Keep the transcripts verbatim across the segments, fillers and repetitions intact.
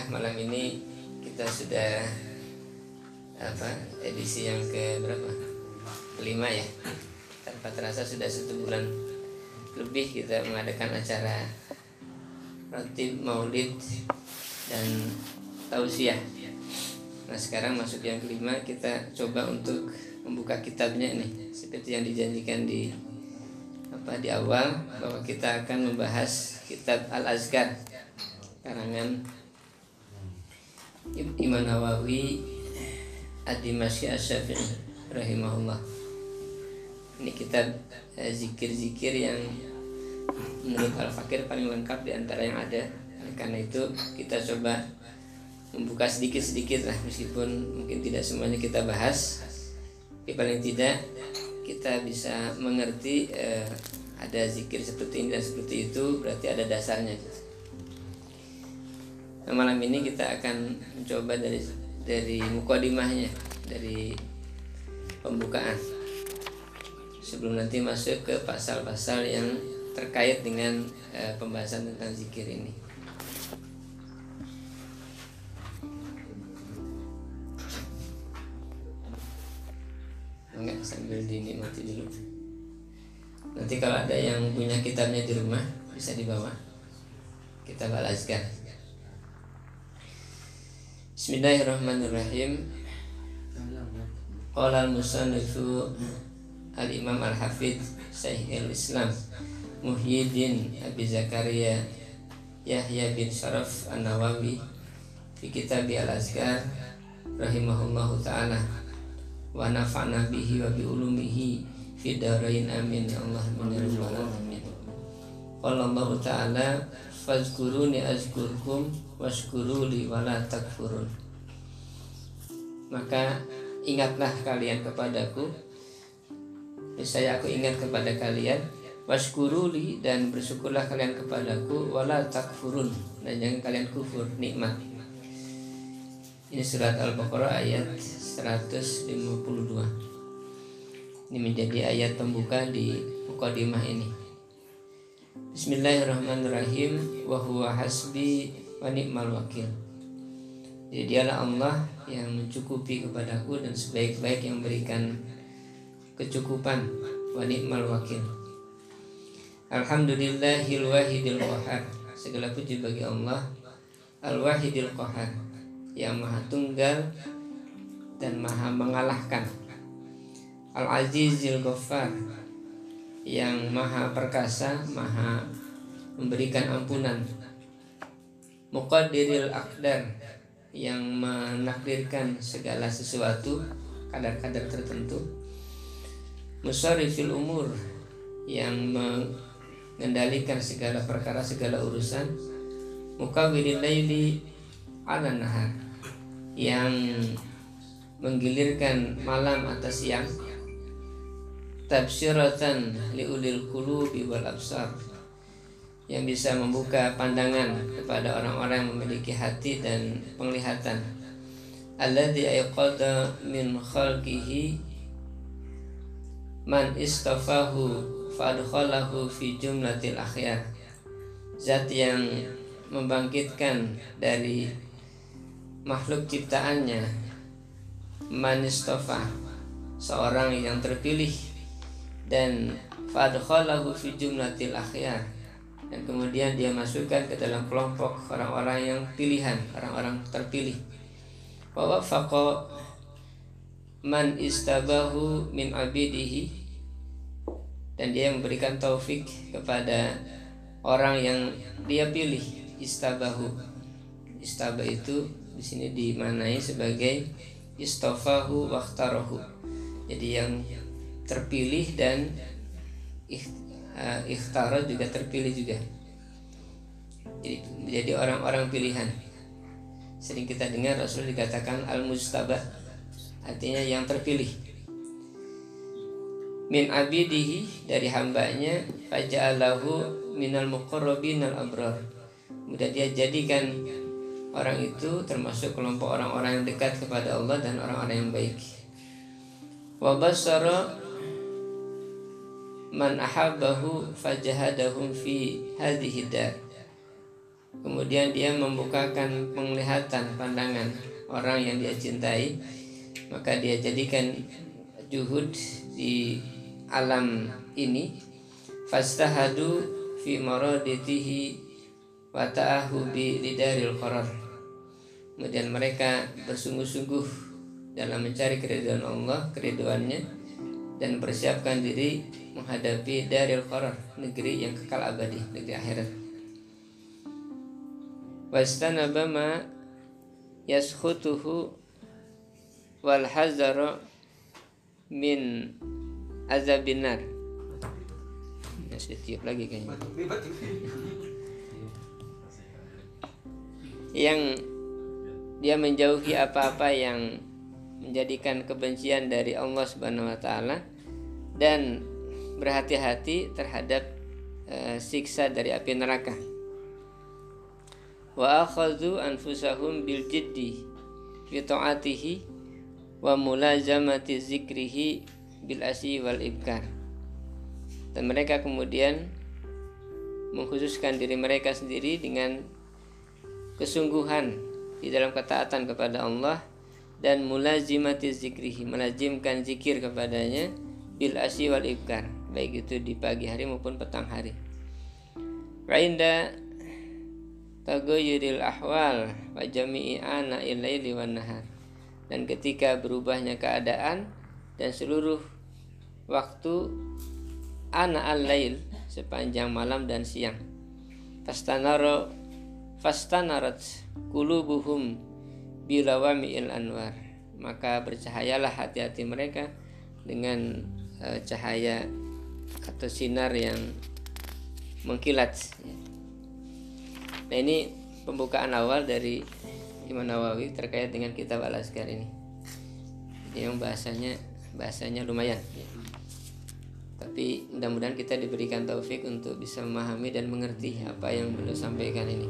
Alhamdulillah malam ini kita sudah apa edisi yang ke berapa? Kelima ya. Tanpa terasa sudah satu bulan lebih kita mengadakan acara Ratib Maulid dan Tausiah. Nah sekarang masuk yang kelima, kita coba untuk membuka kitabnya ini seperti yang dijanjikan di apa di awal bahwa kita akan membahas kitab Al-Azkar karangan Imam Nawawi Ad-Dimashqi Asy-Syafi'i rahimahullah. Ini kitab eh, zikir-zikir yang menurut Al-Fakir paling lengkap di antara yang ada. Karena itu kita coba membuka sedikit-sedikit lah, meskipun mungkin tidak semuanya kita bahas, tapi paling tidak kita bisa mengerti eh, ada zikir seperti ini dan seperti itu, berarti ada dasarnya. Nah, malam ini kita akan mencoba dari dari mukadimahnya, dari pembukaan, sebelum nanti masuk ke pasal-pasal yang terkait dengan eh, pembahasan tentang zikir ini. Enggak, sambil dinikmati dulu. Nanti kalau ada yang punya kitabnya di rumah bisa dibawa. Kitab Al-Azkar. Bismillahirrahmanirrahim. Qala al-musannifu al-Imam al-Hafidz Syekhul Islam Muhyiddin Abi Zakaria Yahya bin Syaraf An-Nawawi fi kitab Al-Azkar rahimahullahu ta'ala wa nafa'na bihi wa bi ulumihi fi darain amin ya Allah min alamin. Qala Allah ta'ala fazkuruni azkurkum washkuruli wala takfurun. Maka ingatlah kalian kepadaku, saya aku ingat kepada kalian, washkuruli dan bersyukurlah kalian kepadaku, wala takfurun dan jangan kalian kufur nikmat. Ini surat Al-Baqarah ayat seratus lima puluh dua. Ini menjadi ayat pembuka di mukadimah ini. Bismillahirrahmanirrahim. Wa huwa hasbi wa ni'mal wakil. Jadi dialah Allah yang mencukupi kepadaku dan sebaik-baik yang memberikan kecukupan. Wa ni'mal wakil. Alhamdulillahil wahidil qahar. Segala puji bagi Allah Al-Wahidil Qahar, yang maha tunggal dan maha mengalahkan. Al-Azizil Ghaffar, yang maha perkasa, maha memberikan ampunan. Muqaddiril Aqdar, yang menakdirkan segala sesuatu, kadar-kadar tertentu. Musarrifil Umur, yang mengendalikan segala perkara, segala urusan. Muqawwilil Laili 'ala nahar, yang menggilirkan malam atas siang. Tabsyiratan liulil qulubi wal absar, yang bisa membuka pandangan kepada orang-orang yang memiliki hati dan penglihatan. Alladzi ayqadha min khalqihi man istafahu fadkhalahu fi jumlatil akhyar. Zat yang membangkitkan dari makhluk ciptaannya man istafa, seorang yang terpilih, dan fadkhalahu fi jumlatil akhyar, dan kemudian dia masukkan ke dalam kelompok orang-orang yang pilihan, orang-orang terpilih. Wa wafaqa man istabahu min abidihi, dan dia memberikan taufik kepada orang yang dia pilih. Istabahu, istaba itu di sini dimaknai sebagai istafahu wakhtarahu, jadi yang terpilih dan ikhtara juga terpilih juga. Jadi menjadi orang-orang pilihan. Sering kita dengar Rasul dikatakan al-mujtabah, artinya yang terpilih. Min abidihi, dari hambanya, faja'alahu minal muqarrabin al-abrar, kemudian dia jadikan orang itu termasuk kelompok orang-orang yang dekat kepada Allah dan orang-orang yang baik. Wa basara man ahabbahu fajahadahum fi hadhihi dar, kemudian dia membukakan penglihatan pandangan orang yang dia cintai, maka dia jadikan juhud di alam ini, fastahadu fi maraditihi wa ta'ahu bi lidaril qarar. Kemudian mereka bersungguh-sungguh dalam mencari keridhaan Allah, keridhaannya, dan persiapkan diri menghadapi daril qarar, negeri yang kekal abadi, negeri akhirat. Wastanaba ma yaskhutuhu wal hazara min azabinar. Masih tiup lagi kayaknya. Yang dia menjauhi apa-apa yang menjadikan kebencian dari Allah Subhanahu wa taala dan berhati-hati terhadap uh, siksa dari api neraka. Wa akhadhu anfusahum bil jiddi fi ta'atihi wa mulazamati zikrihi bil asyi wal ibkar. Dan mereka kemudian mengkhususkan diri mereka sendiri dengan kesungguhan di dalam ketaatan kepada Allah dan mulazimati zikrihi, melazimkan zikir kepadanya bil asyi wal ibkar, baik itu di pagi hari maupun petang hari. Wa inda taghayyuril ahwal wa jami'i ana ilaili wan nahar, dan ketika berubahnya keadaan dan seluruh waktu ana al-lail, sepanjang malam dan siang, fastanaro fastanarat qulubuhum bilawami'il anwar, maka bercahayalah hati-hati mereka dengan uh, cahaya atau sinar yang mengkilat. Nah, ini pembukaan awal dari Imam Nawawi terkait dengan kitab Al-Azkar ini. Jadi yang bahasanya bahasanya lumayan, ya. Tapi mudah-mudahan kita diberikan taufik untuk bisa memahami dan mengerti apa yang beliau sampaikan ini.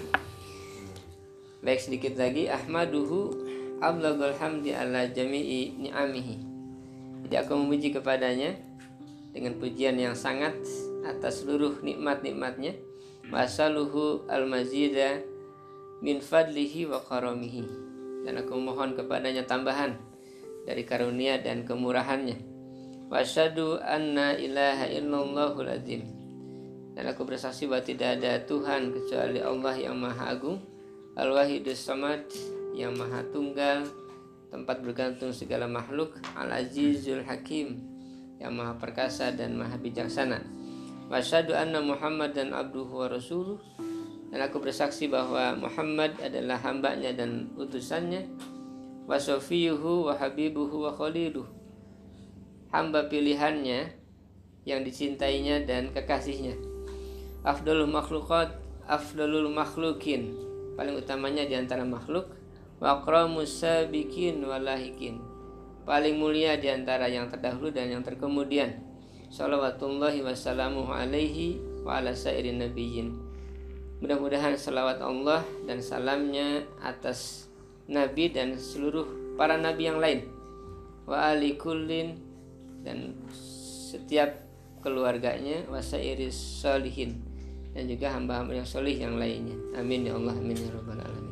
Baik, sedikit lagi, ahmaduhu ablaghul hamdi ala jami'i ni'amihi. Jadi aku memuji kepadanya dengan pujian yang sangat atas seluruh nikmat-nikmatnya. Masaluhu al-mazida min fadlihi wa karamihi, dan aku mohon kepadanya tambahan dari karunia dan kemurahannya. Wa asyhadu anna ilaha illallahul azim, dan aku bersaksi bahwa tidak ada Tuhan kecuali Allah yang maha agung, al-wahidus samad, yang maha tunggal, tempat bergantung segala makhluk, al-azizul hakim, yang maha perkasa dan maha bijaksana. Wa asyhadu anna Muhammadan abduhu wa rasuluh, dan aku bersaksi bahwa Muhammad adalah hambanya dan utusannya. Wa safiyuhu wa habibuhu wa khaliluh, hamba pilihannya yang dicintainya dan kekasihnya. Afdalul makhluqat, afdalul makhlukin, paling utamanya di antara makhluk. Wa akramus sabiqin walahikin, paling mulia di antara yang terdahulu dan yang terkemudian. Salawatullahi wassalamuhu alaihi wa ala sairin nabiyyin, mudah-mudahan salawat Allah dan salamnya atas Nabi dan seluruh para Nabi yang lain. Wa ali kullin, dan setiap keluarganya. Wa sairis sholihin, dan juga hamba-hamba yang solih yang lainnya. Amin ya Allah, amin ya rabbal alamin.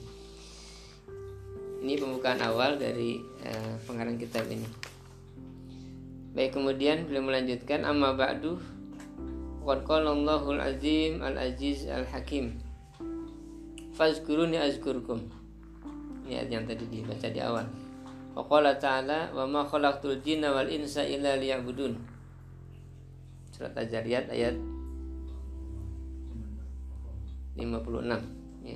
Ini pembukaan awal dari uh, pengarang kitab ini. Baik, kemudian beliau melanjutkan, amma ba'du qad qala Allahul azim al-aziz al-hakim fazkuruni azkurkum. Ini ayat yang tadi dibaca di awal. Wa qala ta'ala wa ma khalaqtul jinna wal insa illa liya'budun. Surat Az-Zariyat ayat lima puluh enam, ya.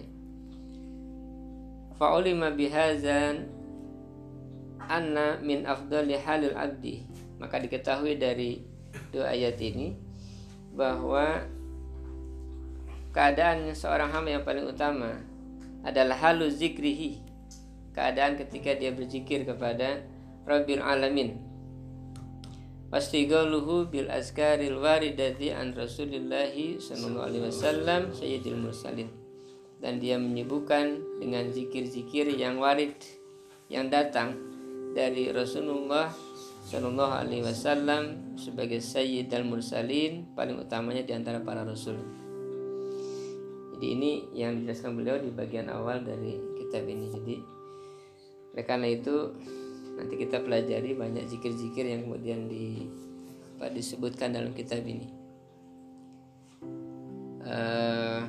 Fa'ulima bihazan anna min afdali halil abdi, maka diketahui dari dua ayat ini bahwa keadaan seorang hamba yang paling utama adalah halu zikrihi, keadaan ketika dia berzikir kepada Rabbil Alamin. Wastighaluhu bil azkaril waridati an Rasulillahi sallallahu alaihi wasallam sayyidil mursalin, dan dia menyibukkan dengan zikir-zikir yang warid, yang datang dari Rasulullah sallallahu alaihi wasallam sebagai sayyidul mursalin, paling utamanya di antara para rasul. Jadi ini yang dijelaskan beliau di bagian awal dari kitab ini. Jadi oleh karena itu nanti kita pelajari banyak zikir-zikir yang kemudian di, apa, disebutkan dalam kitab ini. Uh,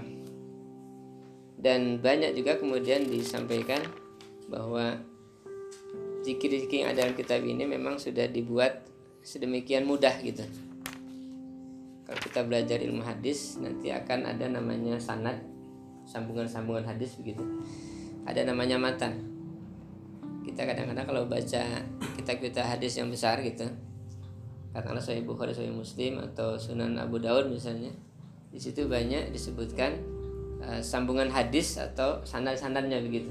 dan banyak juga kemudian disampaikan bahwa zikir-zikir yang ada dalam kitab ini memang sudah dibuat sedemikian mudah gitu. Kalau kita belajar ilmu hadis nanti akan ada namanya sanad, sambungan-sambungan hadis begitu. Ada namanya matan. Kita kadang-kadang kalau baca kitab-kitab hadis yang besar gitu, katakanlah Sahih Bukhari, Sahih Muslim atau Sunan Abu Daud misalnya, di situ banyak disebutkan uh, sambungan hadis atau sanad-sanadnya begitu.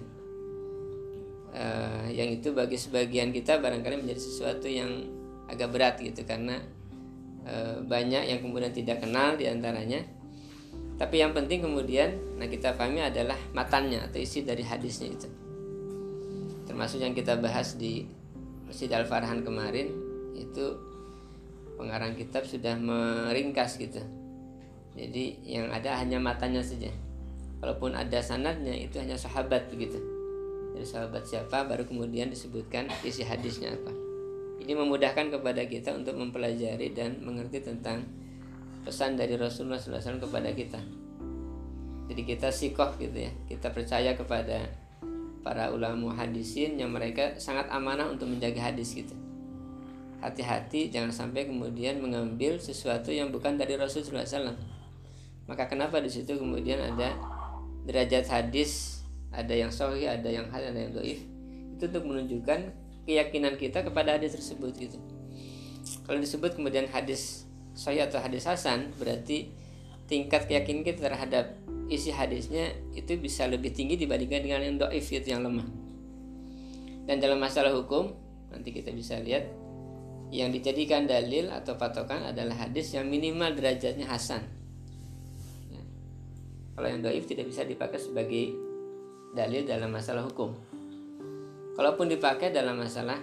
Uh, yang itu bagi sebagian kita barangkali menjadi sesuatu yang agak berat gitu, karena banyak yang kemudian tidak kenal diantaranya. Tapi yang penting kemudian nah kita pahami adalah matannya atau isi dari hadisnya itu. Termasuk yang kita bahas di Masjid Al-Farhan kemarin, itu pengarang kitab sudah meringkas gitu. Jadi yang ada hanya matanya saja. Kalaupun ada sanadnya itu hanya sahabat begitu. Dari sahabat siapa baru kemudian disebutkan isi hadisnya apa. Ini memudahkan kepada kita untuk mempelajari dan mengerti tentang pesan dari Rasulullah shallallahu alaihi wasallam kepada kita. Jadi kita sikoh gitu ya, kita percaya kepada para ulama hadisin yang mereka sangat amanah untuk menjaga hadis gitu. Hati-hati jangan sampai kemudian mengambil sesuatu yang bukan dari Rasulullah shallallahu alaihi wasallam. Maka kenapa di situ kemudian ada derajat hadis, ada yang sahih, ada yang hasan, ada yang dhaif. Itu untuk menunjukkan keyakinan kita kepada hadis tersebut gitu. Kalau disebut kemudian hadis sahih atau hadis hasan, berarti tingkat keyakinan kita terhadap isi hadisnya itu bisa lebih tinggi dibandingkan dengan yang dhaif itu yang lemah. Dan dalam masalah hukum nanti kita bisa lihat yang dijadikan dalil atau patokan adalah hadis yang minimal derajatnya hasan. Ya. Kalau yang dhaif tidak bisa dipakai sebagai dalil dalam masalah hukum. Kalaupun dipakai dalam masalah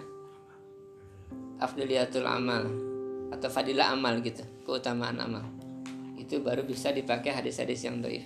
afdaliyatul amal atau fadilah amal gitu, keutamaan amal, itu baru bisa dipakai hadis-hadis yang dhaif.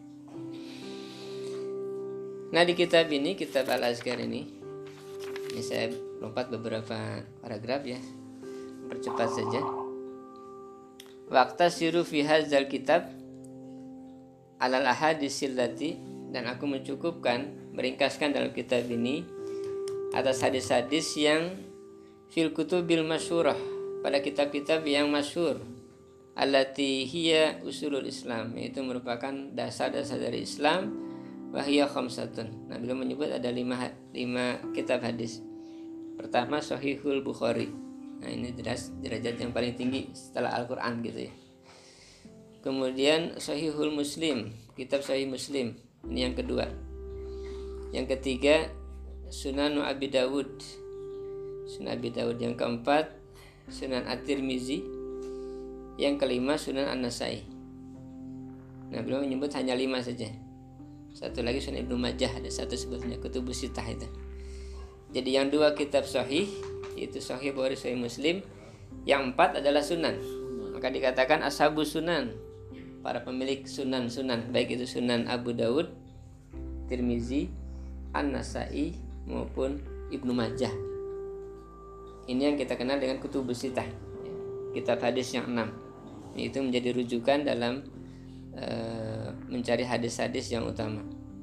Nah di kitab ini, kitab Al-Azkar ini, ini saya lompat beberapa paragraf ya, percepat saja. Waqtasiru fi hadzal kitab alal ahadisil lati, dan aku mencukupkan meringkaskan dalam kitab ini atas hadis-hadis yang fil kutubil masyhurah, pada kitab-kitab yang masyhur, allati hiya usulul Islam, yaitu merupakan dasar-dasar dari Islam, wa hiya khamsatun. Nah, beliau menyebut ada lima, lima kitab hadis. Pertama Sahihul Bukhari. Nah, ini jelas derajat yang paling tinggi setelah Al-Qur'an gitu ya. Kemudian Sahihul Muslim, kitab Sahih Muslim. Ini yang kedua. Yang ketiga Sunan Abi Dawud, Sunan Abi Dawud. Yang keempat Sunan At-Tirmizi. Yang kelima Sunan An-Nasai. Nah beliau menyebut hanya lima saja. Satu lagi Sunan Ibnu Majah, ada satu sebetulnya Kutubus Sittah itu. Jadi yang dua kitab sahih, yaitu Sahih Bukhari, Sahih Muslim. Yang empat adalah Sunan. Maka dikatakan Ashabus Sunan, para pemilik sunan-sunan, baik itu Sunan Abu Dawud, Tirmizi, An-Nasai maupun Ibnu Majah. Ini yang kita kenal dengan Kutubus Sittah, kitab hadis yang enam. Itu menjadi rujukan dalam e, mencari hadis-hadis yang utama.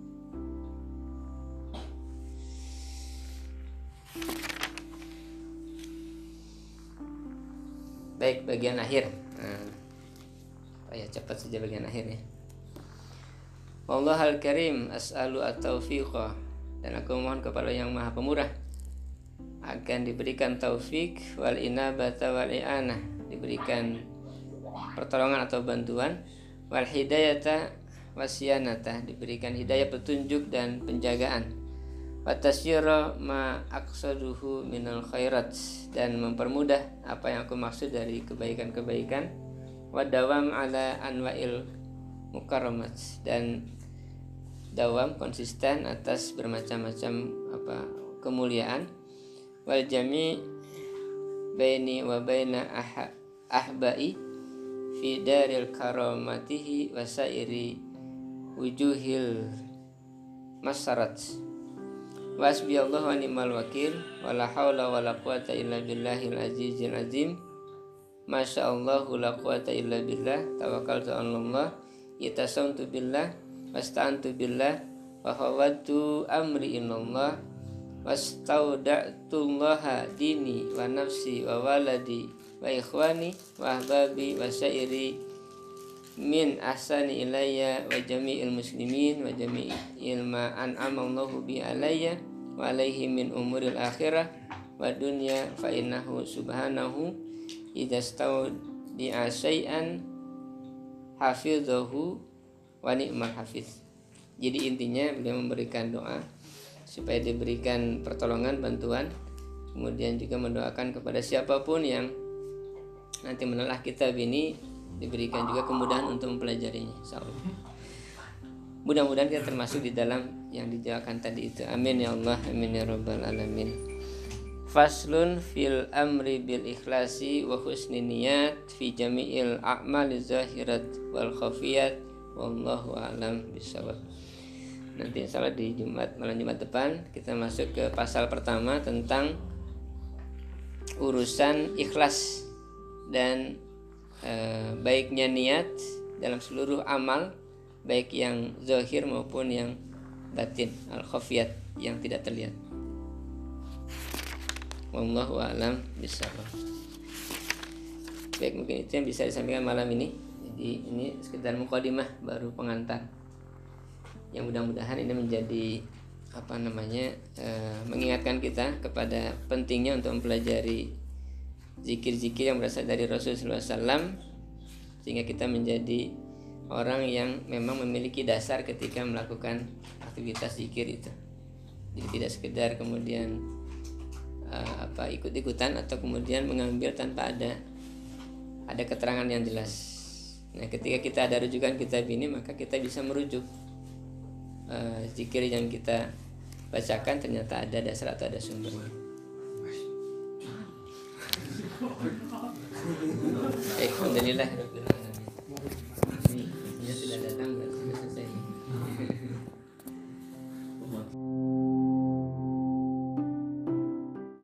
Baik, bagian akhir. Nah, oh ya, cepat saja bagian akhirnya. Wallahul Karim as'alu at-taufiqa, dan aku mohon kepada yang Maha Pemurah akan diberikan taufik wal inabata wal i'anah, diberikan pertolongan atau bantuan, wal hidayata wasyanata, diberikan hidayah petunjuk dan penjagaan, wa tasyira ma aqsaduhu minal khairat, dan mempermudah apa yang aku maksud dari kebaikan-kebaikan, wa dawam ala anwa'il mukarramat, dan dawam konsisten atas bermacam-macam apa kemuliaan, wal jami' baini wa baina ah, ahbai fi daril karamatihi wa sairi wujuhil masarat. Wasbiyallahu wa ni'mal wakil, wala haula wala quwata illa billahil azizil azim. Masyaallahu la quwata illa billah, tawakkaltu 'alallah, itasamtu billah, wasta'antu billah, wa hawatu amri inallah, wastauda'tullaha dini wa nafsi wa waladi wa ikhwani wa ahbabi wa syairi min ahsani ilayya wa jami'il muslimin wa jami'il ma an'amallahu bi alayya wa alaihi min umuril akhirah wa dunya, fa innahu subhanahu idza stawdi'a syai'an hafidhahu wa ni'mal hafiz. Jadi intinya beliau memberikan doa supaya diberikan pertolongan, bantuan, kemudian juga mendoakan kepada siapapun yang nanti menelaah kitab ini, diberikan juga kemudahan untuk mempelajarinya, insyaallah. Mudah-mudahan kita termasuk di dalam yang didoakan tadi itu. Amin ya Allah, amin ya rabbal alamin. Faslun fil amri bil ikhlasi wa husni niyat fi jami'il a'mali zahirat wal khafiyat, wallahu a'lam bishawab. Nanti insyaallah di Jumat, malam Jumat depan kita masuk ke pasal pertama tentang urusan ikhlas dan e, baiknya niat dalam seluruh amal, baik yang zahir maupun yang batin, al-khafiyat, yang tidak terlihat. Wallahu a'lam bishawab. Baik, mungkin itu yang bisa disampaikan malam ini. Jadi ini sekedar mukadimah, baru pengantar. Yang mudah-mudahan ini menjadi apa namanya e, mengingatkan kita kepada pentingnya untuk mempelajari zikir-zikir yang berasal dari Rasulullah shallallahu alaihi wasallam, sehingga kita menjadi orang yang memang memiliki dasar ketika melakukan aktivitas zikir itu. Jadi tidak sekedar kemudian uh, apa ikut-ikutan atau kemudian mengambil tanpa ada ada keterangan yang jelas. Nah, ketika kita ada rujukan kitab ini, maka kita bisa merujuk uh, zikir yang kita bacakan ternyata ada dasar atau ada sumbernya. Alhamdulillah.